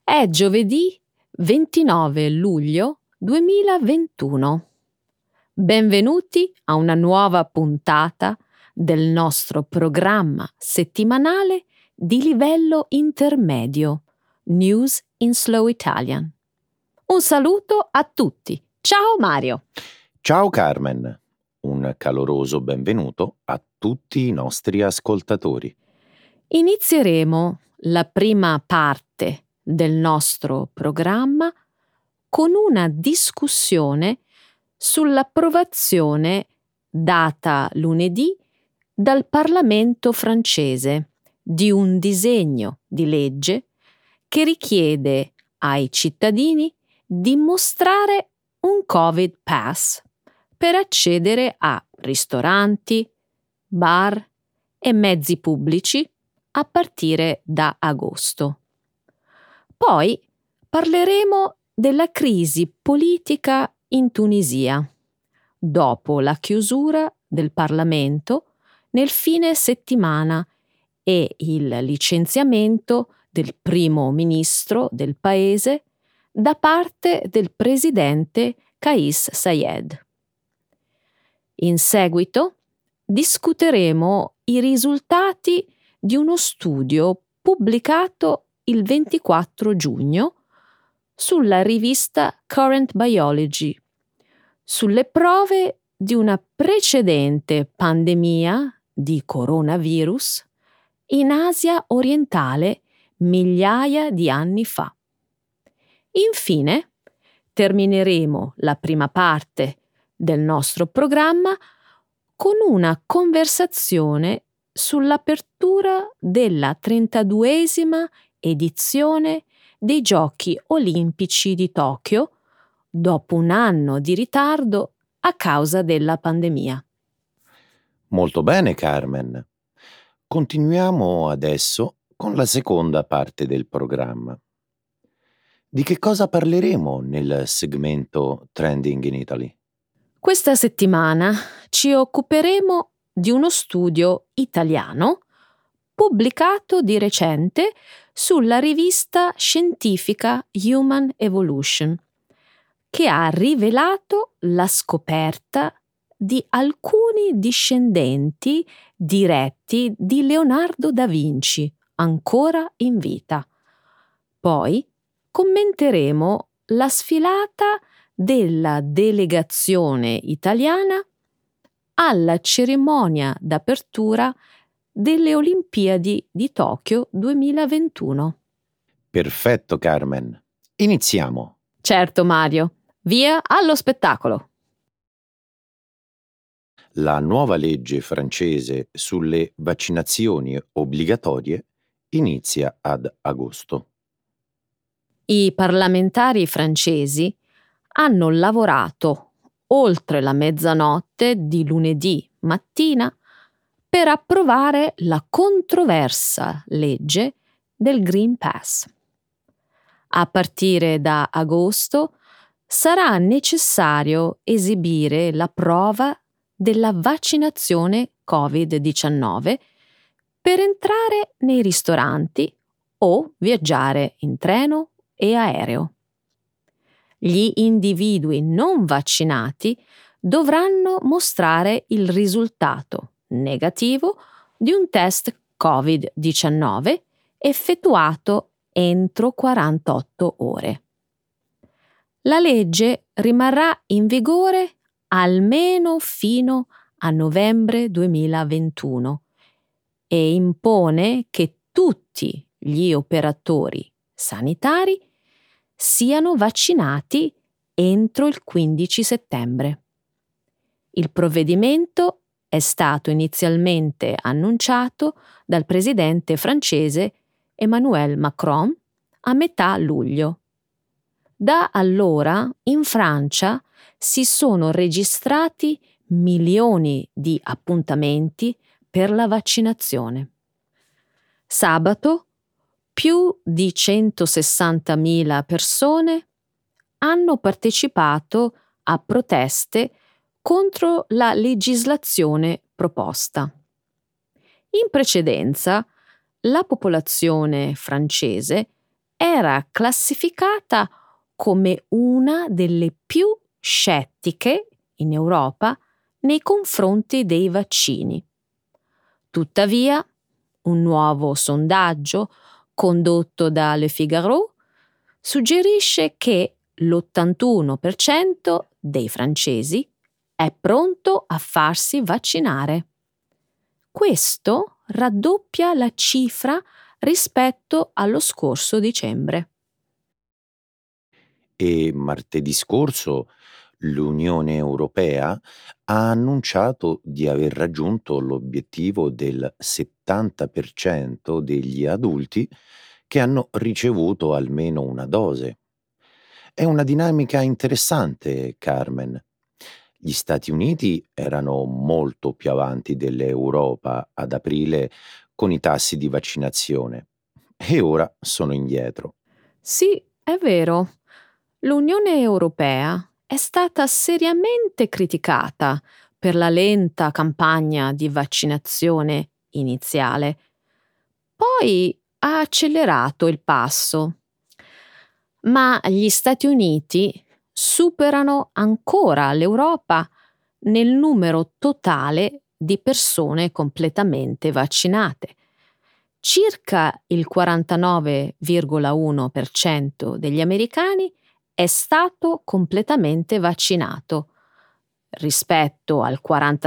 È giovedì 29 luglio 2021. Benvenuti a una nuova puntata del nostro programma settimanale di livello intermedio, News in Slow Italian. Un saluto a tutti. Ciao Mario. Ciao Carmen, un caloroso benvenuto a tutti i nostri ascoltatori. Inizieremo la prima parte del nostro programma con una discussione sull'approvazione data lunedì dal Parlamento francese di un disegno di legge che richiede ai cittadini di mostrare un Covid Pass per accedere a ristoranti, bar e mezzi pubblici a partire da agosto. Poi parleremo della crisi politica in Tunisia, dopo la chiusura del Parlamento nel fine settimana e il licenziamento del primo ministro del paese da parte del presidente Kais Saied. In seguito discuteremo i risultati di uno studio pubblicato il 24 giugno sulla rivista Current Biology sulle prove di una precedente pandemia di coronavirus in Asia orientale migliaia di anni fa. Infine, termineremo la prima parte del nostro programma con una conversazione sull'apertura della 32esima edizione dei Giochi Olimpici di Tokyo dopo un anno di ritardo a causa della pandemia. Molto bene, Carmen. Continuiamo adesso con la seconda parte del programma. Di che cosa parleremo nel segmento Trending in Italy? Questa settimana ci occuperemo di uno studio italiano pubblicato di recente sulla rivista scientifica Human Evolution, che ha rivelato la scoperta di alcuni discendenti diretti di Leonardo da Vinci, ancora in vita. Poi commenteremo la sfilata della delegazione italiana alla cerimonia d'apertura delle Olimpiadi di Tokyo 2021. Perfetto, Carmen. Iniziamo. Certo, Mario. Via allo spettacolo. La nuova legge francese sulle vaccinazioni obbligatorie inizia ad agosto. I parlamentari francesi hanno lavorato oltre la mezzanotte di lunedì mattina per approvare la controversa legge del Green Pass. A partire da agosto sarà necessario esibire la prova della vaccinazione Covid-19 per entrare nei ristoranti o viaggiare in treno e aereo. Gli individui non vaccinati dovranno mostrare il risultato negativo di un test Covid-19 effettuato entro 48 ore. La legge rimarrà in vigore almeno fino a novembre 2021 e impone che tutti gli operatori sanitari siano vaccinati entro il 15 settembre. Il provvedimento è stato inizialmente annunciato dal presidente francese Emmanuel Macron a metà luglio. Da allora in Francia si sono registrati milioni di appuntamenti per la vaccinazione. Sabato più di 160.000 persone hanno partecipato a proteste contro la legislazione proposta. In precedenza, la popolazione francese era classificata come una delle più scettiche in Europa nei confronti dei vaccini. Tuttavia, un nuovo sondaggio condotto da Le Figaro suggerisce che l'81% dei francesi è pronto a farsi vaccinare. Questo raddoppia la cifra rispetto allo scorso dicembre. E martedì scorso l'Unione Europea ha annunciato di aver raggiunto l'obiettivo del 70% degli adulti che hanno ricevuto almeno una dose. È una dinamica interessante, Carmen. Gli Stati Uniti erano molto più avanti dell'Europa ad aprile con i tassi di vaccinazione e ora sono indietro. Sì, è vero. L'Unione Europea è stata seriamente criticata per la lenta campagna di vaccinazione iniziale. Poi ha accelerato il passo. Ma gli Stati Uniti superano ancora l'Europa nel numero totale di persone completamente vaccinate. Circa il 49,1% degli americani è stato completamente vaccinato, rispetto al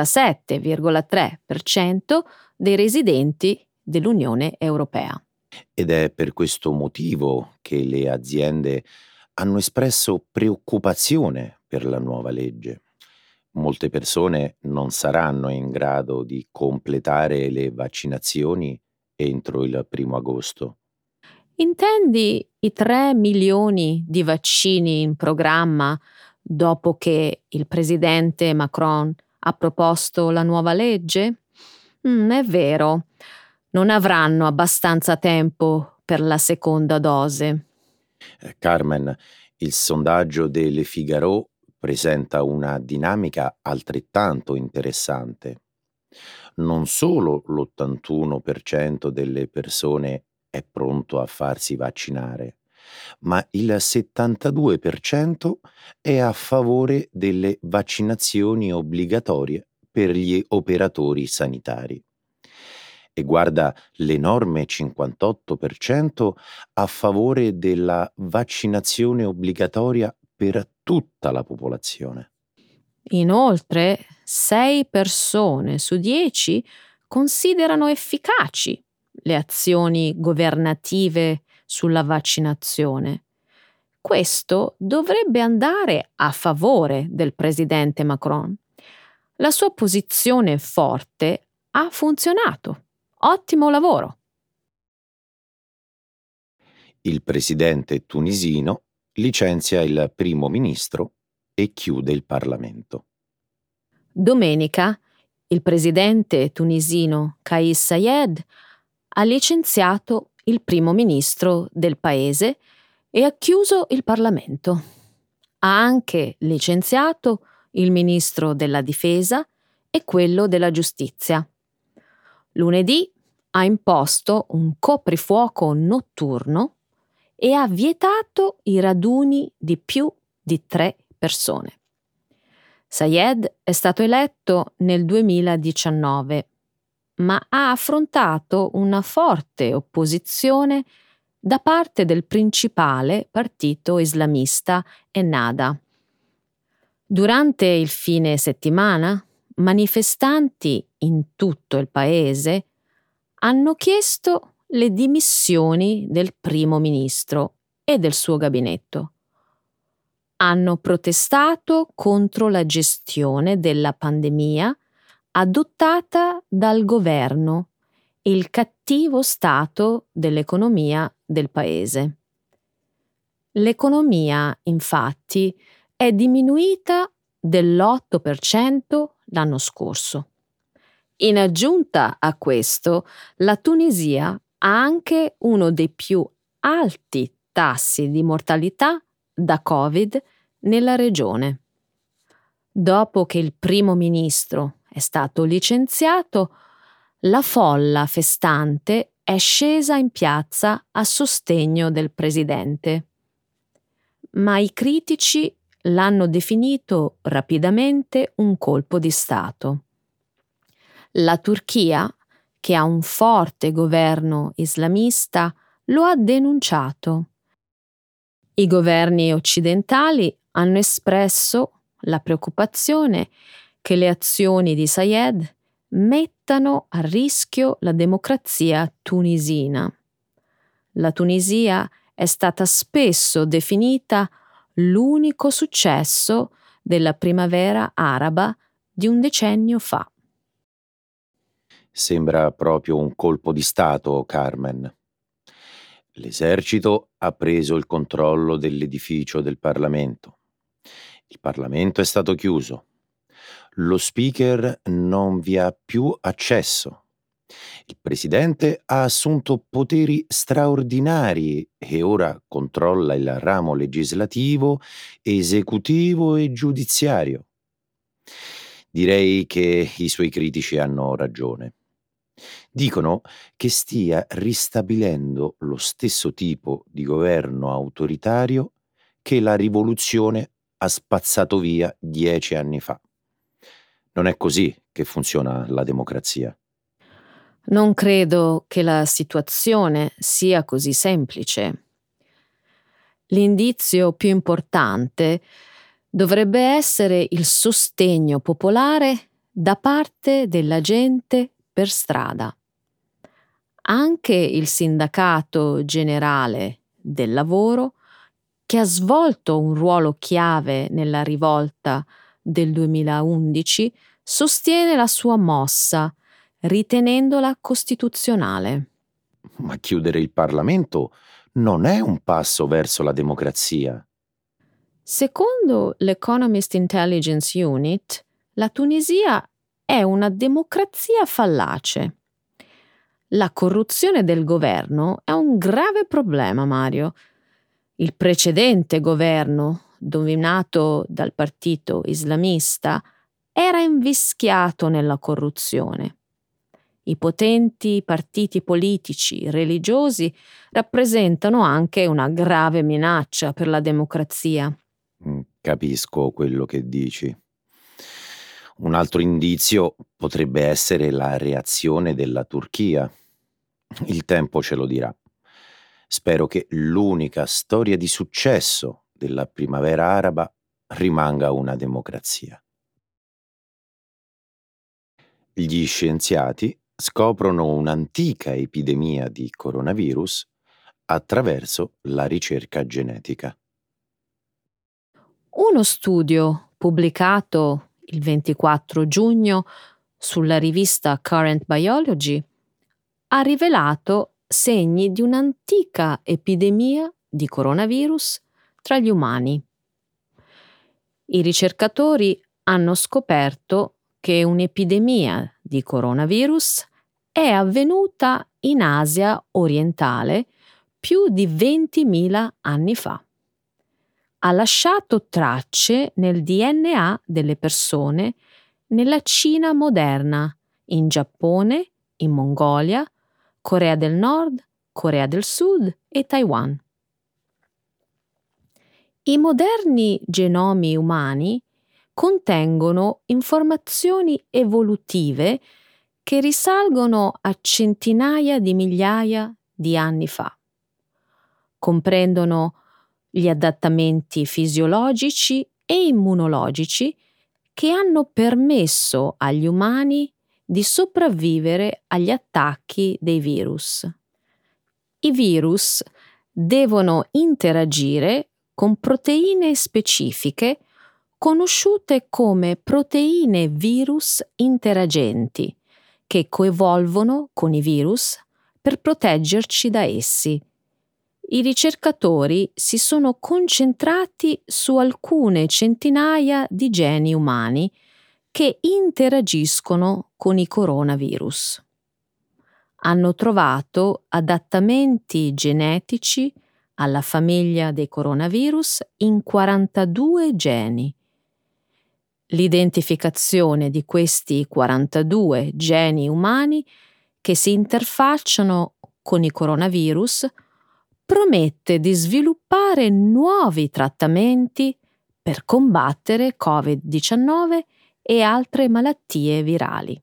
47,3% dei residenti dell'Unione Europea. Ed è per questo motivo che le aziende hanno espresso preoccupazione per la nuova legge. Molte persone non saranno in grado di completare le vaccinazioni entro il 1° agosto. Intendi i 3 milioni di vaccini in programma dopo che il presidente Macron ha proposto la nuova legge? È vero, non avranno abbastanza tempo per la seconda dose. Carmen, il sondaggio de Le Figaro presenta una dinamica altrettanto interessante. Non solo l'81% delle persone è pronto a farsi vaccinare, ma il 72% è a favore delle vaccinazioni obbligatorie per gli operatori sanitari. E guarda l'enorme 58% a favore della vaccinazione obbligatoria per tutta la popolazione. Inoltre, 6 persone su 10 considerano efficaci le azioni governative sulla vaccinazione. Questo dovrebbe andare a favore del presidente Macron. La sua posizione forte ha funzionato. Ottimo lavoro. Il presidente tunisino licenzia il primo ministro e chiude il Parlamento. Domenica, il presidente tunisino Kais Saied ha licenziato il primo ministro del paese e ha chiuso il Parlamento. Ha anche licenziato il ministro della difesa e quello della giustizia. Lunedì ha imposto un coprifuoco notturno e ha vietato i raduni di più di 3 persone. Saied è stato eletto nel 2019, ma ha affrontato una forte opposizione da parte del principale partito islamista Ennahda. Durante il fine settimana, manifestanti in tutto il paese hanno chiesto le dimissioni del primo ministro e del suo gabinetto. Hanno protestato contro la gestione della pandemia adottata dal governo e il cattivo stato dell'economia del paese. L'economia, infatti, è diminuita dell'8% l'anno scorso. In aggiunta a questo, la Tunisia ha anche uno dei più alti tassi di mortalità da Covid nella regione. Dopo che il primo ministro è stato licenziato, la folla festante è scesa in piazza a sostegno del presidente. Ma i critici l'hanno definito rapidamente un colpo di Stato. La Turchia, che ha un forte governo islamista, lo ha denunciato. I governi occidentali hanno espresso la preoccupazione che le azioni di Sayed mettano a rischio la democrazia tunisina. La Tunisia è stata spesso definita l'unico successo della primavera araba di un decennio fa. Sembra proprio un colpo di Stato, Carmen. L'esercito ha preso il controllo dell'edificio del Parlamento. Il Parlamento è stato chiuso. Lo speaker non vi ha più accesso. Il presidente ha assunto poteri straordinari e ora controlla il ramo legislativo, esecutivo e giudiziario. Direi che i suoi critici hanno ragione. Dicono che stia ristabilendo lo stesso tipo di governo autoritario che la rivoluzione ha spazzato via 10 anni fa. Non è così che funziona la democrazia. Non credo che la situazione sia così semplice. L'indizio più importante dovrebbe essere il sostegno popolare da parte della gente per strada. Anche il sindacato generale del lavoro, che ha svolto un ruolo chiave nella rivolta del 2011, sostiene la sua mossa, ritenendola costituzionale. Ma chiudere il Parlamento non è un passo verso la democrazia. Secondo l'Economist Intelligence Unit, la Tunisia è una democrazia fallace. La corruzione del governo è un grave problema, Mario. Il precedente governo, dominato dal partito islamista, era invischiato nella corruzione. I potenti partiti politici religiosi rappresentano anche una grave minaccia per la democrazia. Capisco quello che dici. Un altro indizio potrebbe essere la reazione della Turchia. Il tempo ce lo dirà. Spero che l'unica storia di successo della primavera araba rimanga una democrazia. Gli scienziati scoprono un'antica epidemia di coronavirus attraverso la ricerca genetica. Uno studio pubblicato il 24 giugno sulla rivista Current Biology ha rivelato segni di un'antica epidemia di coronavirus tra gli umani. I ricercatori hanno scoperto che un'epidemia di coronavirus è avvenuta in Asia orientale più di 20.000 anni fa. Ha lasciato tracce nel DNA delle persone nella Cina moderna, in Giappone, in Mongolia, Corea del Nord, Corea del Sud e Taiwan. I moderni genomi umani contengono informazioni evolutive che risalgono a centinaia di migliaia di anni fa. Comprendono gli adattamenti fisiologici e immunologici che hanno permesso agli umani di sopravvivere agli attacchi dei virus. I virus devono interagire con proteine specifiche conosciute come proteine virus interagenti, che coevolvono con i virus per proteggerci da essi. I ricercatori si sono concentrati su alcune centinaia di geni umani che interagiscono con i coronavirus. Hanno trovato adattamenti genetici alla famiglia dei coronavirus in 42 geni. L'identificazione di questi 42 geni umani che si interfacciano con i coronavirus, promette di sviluppare nuovi trattamenti per combattere Covid-19 e altre malattie virali.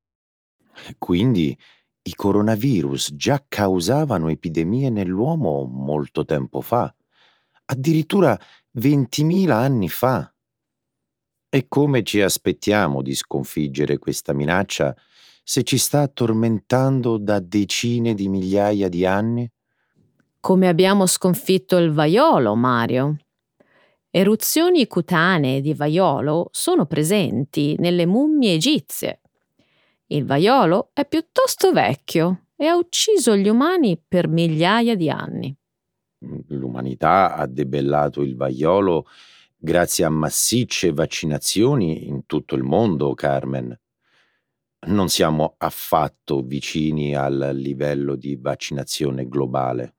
Quindi i coronavirus già causavano epidemie nell'uomo molto tempo fa, addirittura 20.000 anni fa. E come ci aspettiamo di sconfiggere questa minaccia se ci sta tormentando da decine di migliaia di anni? Come abbiamo sconfitto il vaiolo, Mario? Eruzioni cutanee di vaiolo sono presenti nelle mummie egizie. Il vaiolo è piuttosto vecchio e ha ucciso gli umani per migliaia di anni. L'umanità ha debellato il vaiolo grazie a massicce vaccinazioni in tutto il mondo, Carmen. Non siamo affatto vicini al livello di vaccinazione globale.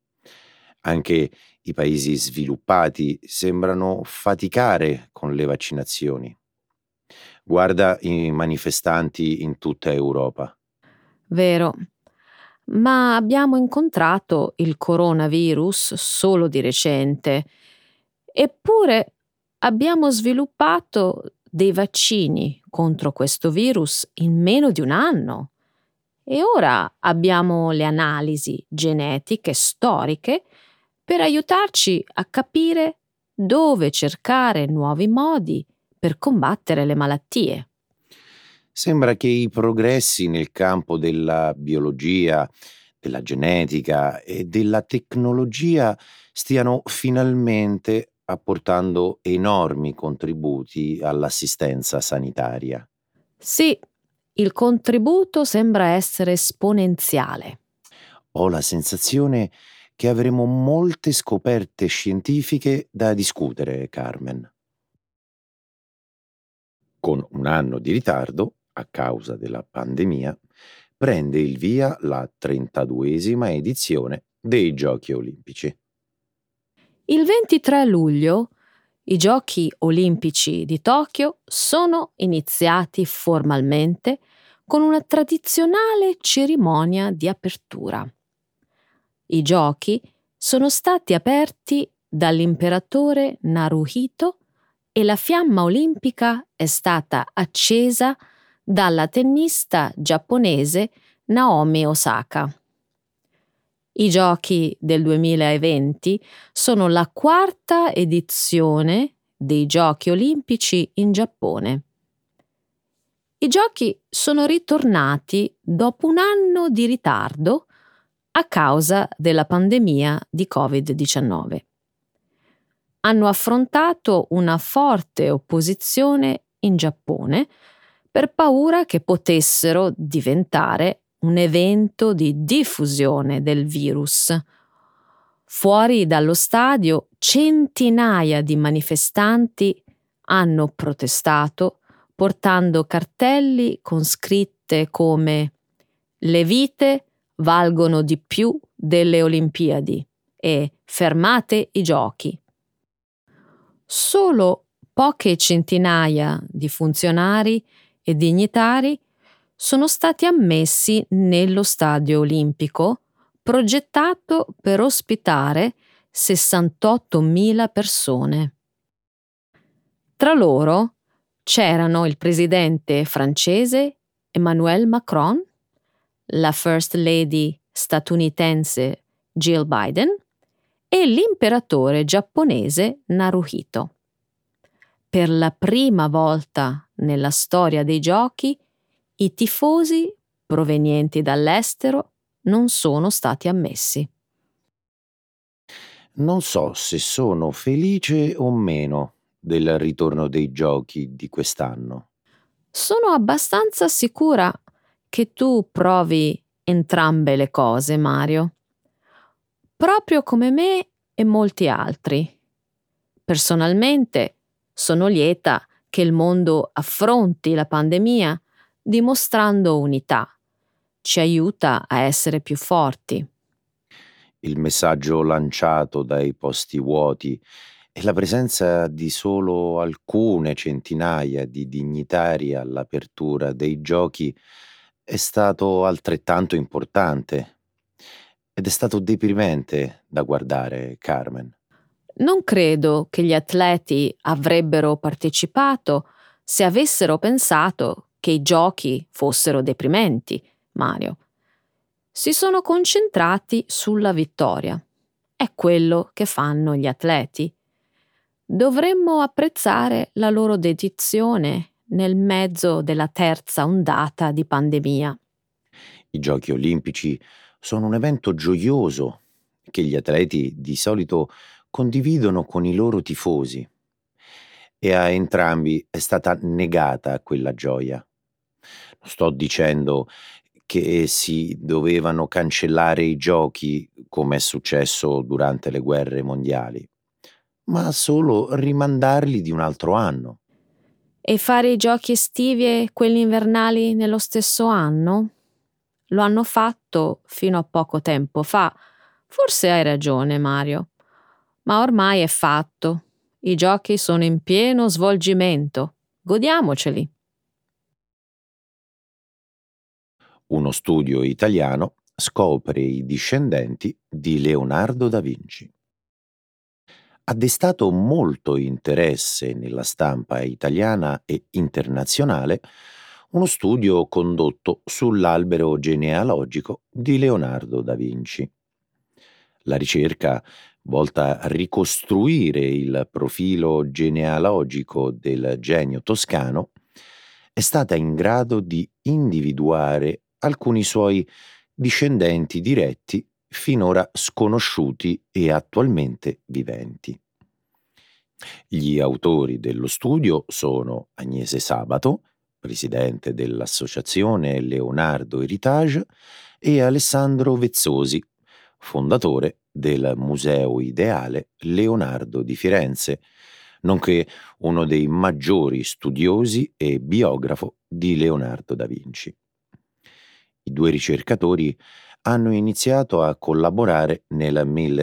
Anche i paesi sviluppati sembrano faticare con le vaccinazioni. Guarda i manifestanti in tutta Europa. Vero, ma abbiamo incontrato il coronavirus solo di recente, eppure abbiamo sviluppato dei vaccini contro questo virus in meno di un anno. E ora abbiamo le analisi genetiche storiche per aiutarci a capire dove cercare nuovi modi per combattere le malattie. Sembra che i progressi nel campo della biologia, della genetica e della tecnologia stiano finalmente apportando enormi contributi all'assistenza sanitaria. Sì, il contributo sembra essere esponenziale. Ho la sensazione che avremo molte scoperte scientifiche da discutere, Carmen. Con un anno di ritardo, a causa della pandemia, prende il via la 32esima edizione dei Giochi Olimpici. Il 23 luglio i Giochi Olimpici di Tokyo sono iniziati formalmente con una tradizionale cerimonia di apertura. I giochi sono stati aperti dall'imperatore Naruhito e la fiamma olimpica è stata accesa dalla tennista giapponese Naomi Osaka. I giochi del 2020 sono la quarta edizione dei Giochi Olimpici in Giappone. I giochi sono ritornati dopo un anno di ritardo a causa della pandemia di Covid-19. Hanno affrontato una forte opposizione in Giappone per paura che potessero diventare un evento di diffusione del virus. Fuori dallo stadio, centinaia di manifestanti hanno protestato portando cartelli con scritte come «Le vite valgono di più delle Olimpiadi» e «Fermate i giochi». Solo poche centinaia di funzionari e dignitari sono stati ammessi nello stadio olimpico, progettato per ospitare 68.000 persone. Tra loro c'erano il presidente francese Emmanuel Macron, la First Lady statunitense Jill Biden e l'imperatore giapponese Naruhito. Per la prima volta nella storia dei giochi, i tifosi provenienti dall'estero non sono stati ammessi. Non so se sono felice o meno del ritorno dei giochi di quest'anno. Sono abbastanza sicura che tu provi entrambe le cose, Mario. Proprio come me e molti altri. Personalmente sono lieta che il mondo affronti la pandemia dimostrando unità. Ci aiuta a essere più forti. Il messaggio lanciato dai posti vuoti e la presenza di solo alcune centinaia di dignitari all'apertura dei giochi è stato altrettanto importante. ed è stato deprimente da guardare, Carmen. Non credo che gli atleti avrebbero partecipato se avessero pensato che i giochi fossero deprimenti, Mario. Si sono concentrati sulla vittoria. È quello che fanno gli atleti. Dovremmo apprezzare la loro dedizione nel mezzo della terza ondata di pandemia. I Giochi olimpici sono un evento gioioso che gli atleti di solito condividono con i loro tifosi e a entrambi è stata negata quella gioia. Non sto dicendo che si dovevano cancellare i giochi come è successo durante le guerre mondiali, ma solo rimandarli di un altro anno. E fare i giochi estivi e quelli invernali nello stesso anno? Lo hanno fatto fino a poco tempo fa. Forse hai ragione, Mario. Ma ormai è fatto. I giochi sono in pieno svolgimento. Godiamoceli. Uno studio italiano scopre i discendenti di Leonardo da Vinci. Ha destato molto interesse nella stampa italiana e internazionale uno studio condotto sull'albero genealogico di Leonardo da Vinci. La ricerca, volta a ricostruire il profilo genealogico del genio toscano, è stata in grado di individuare alcuni suoi discendenti diretti finora sconosciuti e attualmente viventi. Gli autori dello studio sono Agnese Sabato, presidente dell'associazione Leonardo Heritage, e Alessandro Vezzosi, fondatore del Museo Ideale Leonardo di Firenze, nonché uno dei maggiori studiosi e biografo di Leonardo da Vinci. I due ricercatori hanno iniziato a collaborare nel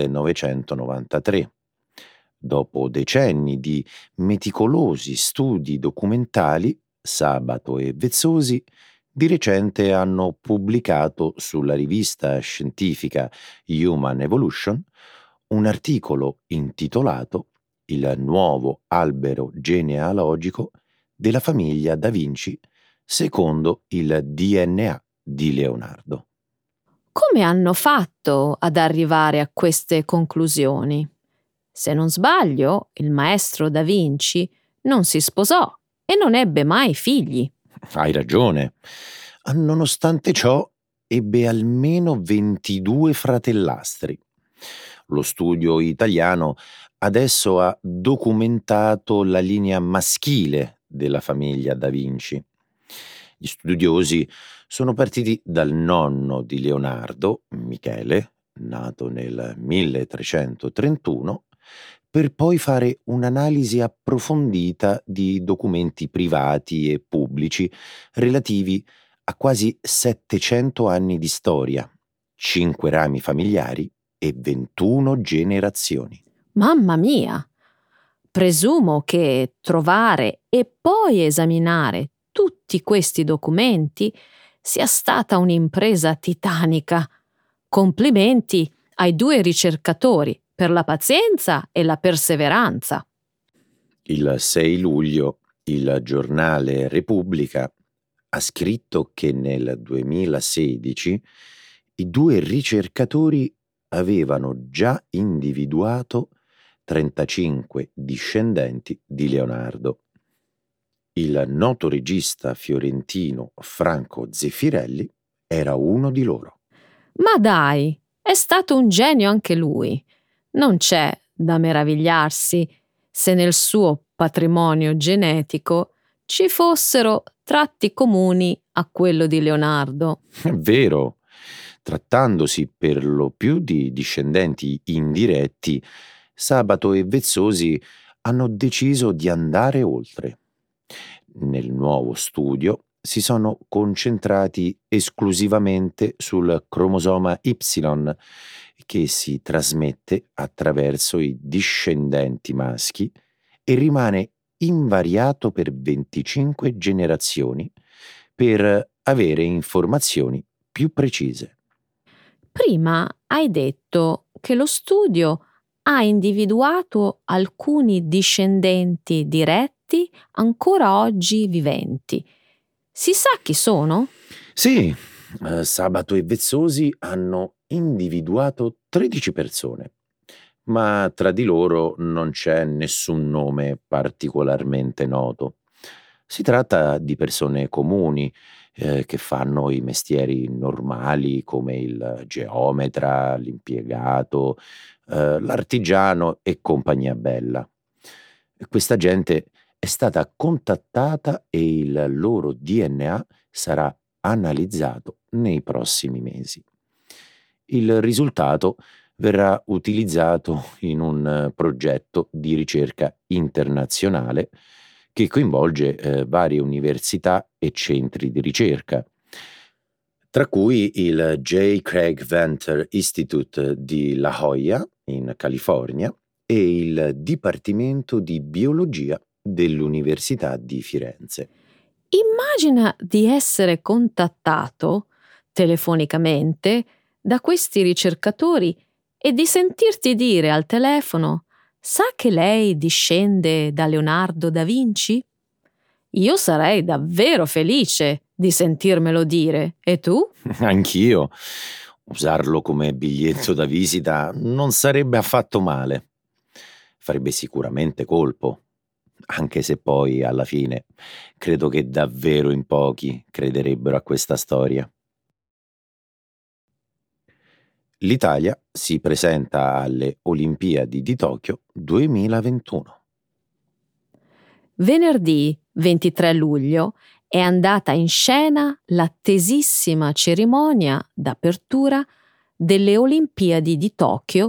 1993. Dopo decenni di meticolosi studi documentali, Sabato e Vezzosi di recente hanno pubblicato sulla rivista scientifica Human Evolution un articolo intitolato Il nuovo albero genealogico della famiglia Da Vinci secondo il DNA di Leonardo. Come hanno fatto ad arrivare a queste conclusioni? Se non sbaglio, il maestro Da Vinci non si sposò e non ebbe mai figli. Hai ragione. Nonostante ciò, ebbe almeno 22 fratellastri. Lo studio italiano adesso ha documentato la linea maschile della famiglia Da Vinci. Gli studiosi sono partiti dal nonno di Leonardo, Michele, nato nel 1331, per poi fare un'analisi approfondita di documenti privati e pubblici relativi a quasi 700 anni di storia, 5 rami familiari e 21 generazioni. Mamma mia! Presumo che trovare e poi esaminare tutti questi documenti sia stata un'impresa titanica. Complimenti ai due ricercatori per la pazienza e la perseveranza. Il 6 luglio il giornale Repubblica ha scritto che nel 2016 i due ricercatori avevano già individuato 35 discendenti di Leonardo. Il noto regista fiorentino Franco Zeffirelli era uno di loro. Ma dai, è stato un genio anche lui. Non c'è da meravigliarsi se nel suo patrimonio genetico ci fossero tratti comuni a quello di Leonardo. È vero, trattandosi per lo più di discendenti indiretti, Sabato e Vezzosi hanno deciso di andare oltre. Nel nuovo studio si sono concentrati esclusivamente sul cromosoma Y, che si trasmette attraverso i discendenti maschi e rimane invariato per 25 generazioni per avere informazioni più precise. Prima hai detto che lo studio ha individuato alcuni discendenti diretti ancora oggi viventi. Si sa chi sono? Sì, Sabato e Vezzosi hanno individuato 13 persone, ma tra di loro non c'è nessun nome particolarmente noto. Si tratta di persone comuni, che fanno i mestieri normali come il geometra, l'impiegato, l'artigiano e compagnia bella. Questa gente è stata contattata e il loro DNA sarà analizzato nei prossimi mesi. Il risultato verrà utilizzato in un progetto di ricerca internazionale che coinvolge varie università e centri di ricerca, tra cui il J. Craig Venter Institute di La Jolla, in California, e il Dipartimento di Biologia dell'Università di Firenze. Immagina di essere contattato telefonicamente da questi ricercatori e di sentirti dire al telefono: sa che lei discende da Leonardo da Vinci? Io sarei davvero felice di sentirmelo dire. E tu? Anch'io. Usarlo come biglietto da visita non sarebbe affatto male. Farebbe sicuramente colpo, anche se poi alla fine credo che davvero in pochi crederebbero a questa storia. L'Italia si presenta alle Olimpiadi di Tokyo 2021. Venerdì 23 luglio è andata in scena l'attesissima cerimonia d'apertura delle Olimpiadi di Tokyo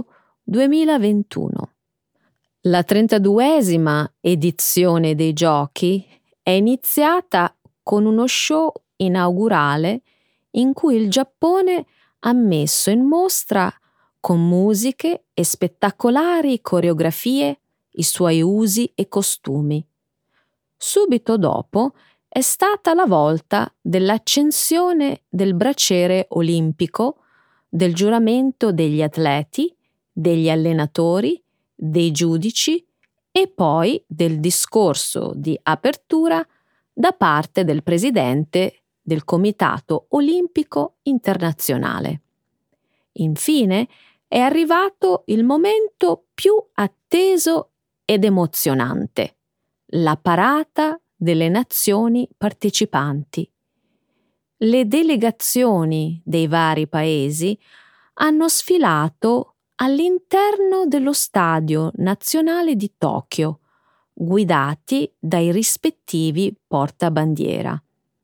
2021. La 32esima edizione dei giochi è iniziata con uno show inaugurale in cui il Giappone ha messo in mostra con musiche e spettacolari coreografie i suoi usi e costumi. Subito dopo è stata la volta dell'accensione del braciere olimpico, del giuramento degli atleti, degli allenatori, dei giudici e poi del discorso di apertura da parte del presidente del Comitato Olimpico Internazionale. Infine è arrivato il momento più atteso ed emozionante: la parata delle nazioni partecipanti. Le delegazioni dei vari paesi hanno sfilato all'interno dello Stadio Nazionale di Tokyo, guidati dai rispettivi portabandiera.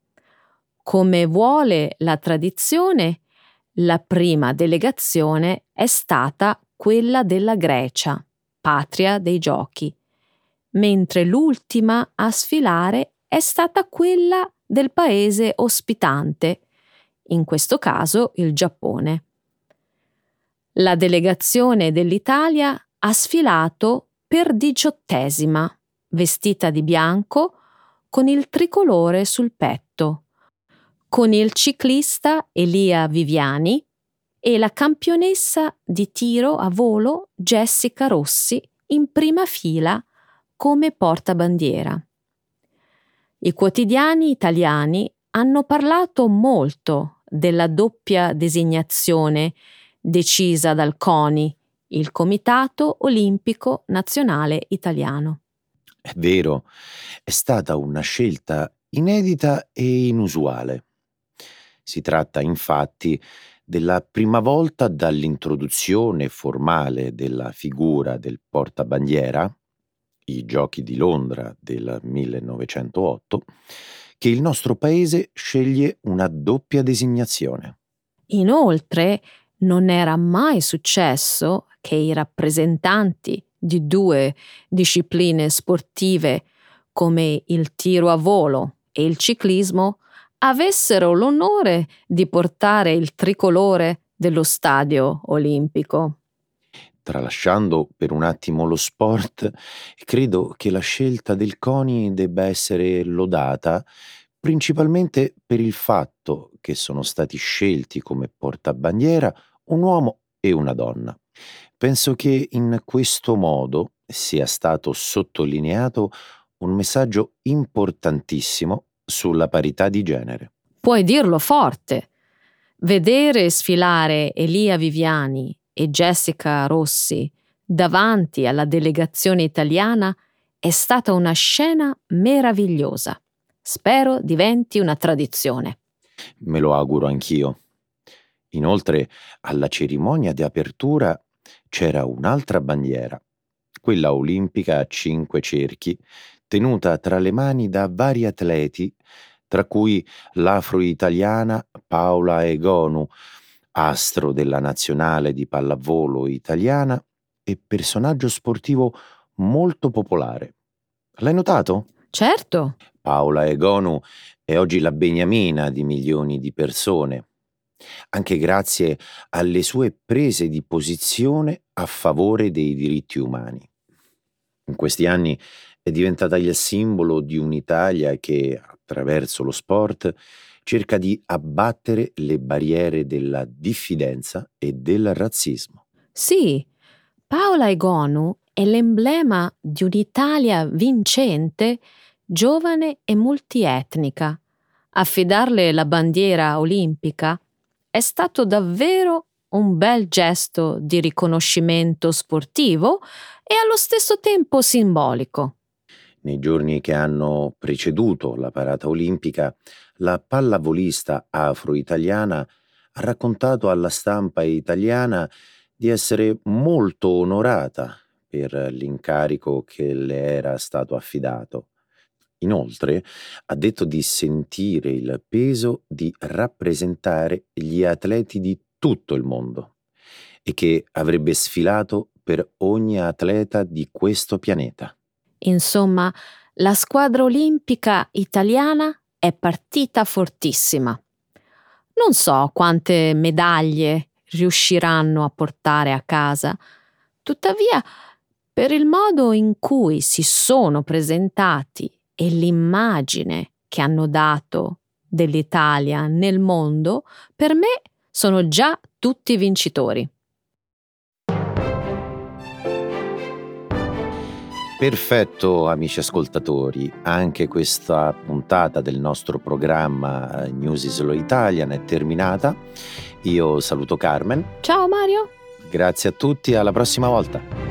Come vuole la tradizione, la prima delegazione è stata quella della Grecia, patria dei giochi, mentre l'ultima a sfilare è stata quella del paese ospitante, in questo caso il Giappone. La delegazione dell'Italia ha sfilato per 18ª, vestita di bianco, con il tricolore sul petto, con il ciclista Elia Viviani e la campionessa di tiro a volo Jessica Rossi in prima fila come portabandiera. I quotidiani italiani hanno parlato molto della doppia designazione decisa dal CONI, il Comitato Olimpico Nazionale Italiano. È vero, è stata una scelta inedita e inusuale. Si tratta infatti della prima volta dall'introduzione formale della figura del portabandiera, i Giochi di Londra del 1908, che il nostro paese sceglie una doppia designazione. Inoltre, non era mai successo che i rappresentanti di due discipline sportive come il tiro a volo e il ciclismo avessero l'onore di portare il tricolore dello stadio olimpico. Tralasciando per un attimo lo sport, credo che la scelta del CONI debba essere lodata principalmente per il fatto che sono stati scelti come portabandiera un uomo e una donna. Penso che in questo modo sia stato sottolineato un messaggio importantissimo sulla parità di genere. Puoi dirlo forte. Vedere sfilare Elia Viviani e Jessica Rossi davanti alla delegazione italiana è stata una scena meravigliosa. Spero diventi una tradizione. Me lo auguro anch'io. Inoltre, alla cerimonia di apertura c'era un'altra bandiera, quella olimpica a 5 cerchi, tenuta tra le mani da vari atleti, tra cui l'afro-italiana Paola Egonu, astro della nazionale di pallavolo italiana e personaggio sportivo molto popolare. L'hai notato? Certo. Paola Egonu è oggi la beniamina di milioni di persone, anche grazie alle sue prese di posizione a favore dei diritti umani. In questi anni è diventata il simbolo di un'Italia che, attraverso lo sport, cerca di abbattere le barriere della diffidenza e del razzismo. Sì, Paola Egonu è l'emblema di un'Italia vincente, giovane e multietnica. Affidarle la bandiera olimpica è stato davvero un bel gesto di riconoscimento sportivo e allo stesso tempo simbolico. Nei giorni che hanno preceduto la parata olimpica, la pallavolista afro-italiana ha raccontato alla stampa italiana di essere molto onorata per l'incarico che le era stato affidato. Inoltre, ha detto di sentire il peso di rappresentare gli atleti di tutto il mondo e che avrebbe sfilato per ogni atleta di questo pianeta. Insomma, la squadra olimpica italiana è partita fortissima. Non so quante medaglie riusciranno a portare a casa, tuttavia, per il modo in cui si sono presentati e l'immagine che hanno dato dell'Italia nel mondo, per me sono già tutti vincitori. Perfetto, amici ascoltatori, anche questa puntata del nostro programma News is Slow Italian è terminata. Io saluto Carmen. Ciao Mario! Grazie a tutti, alla prossima volta.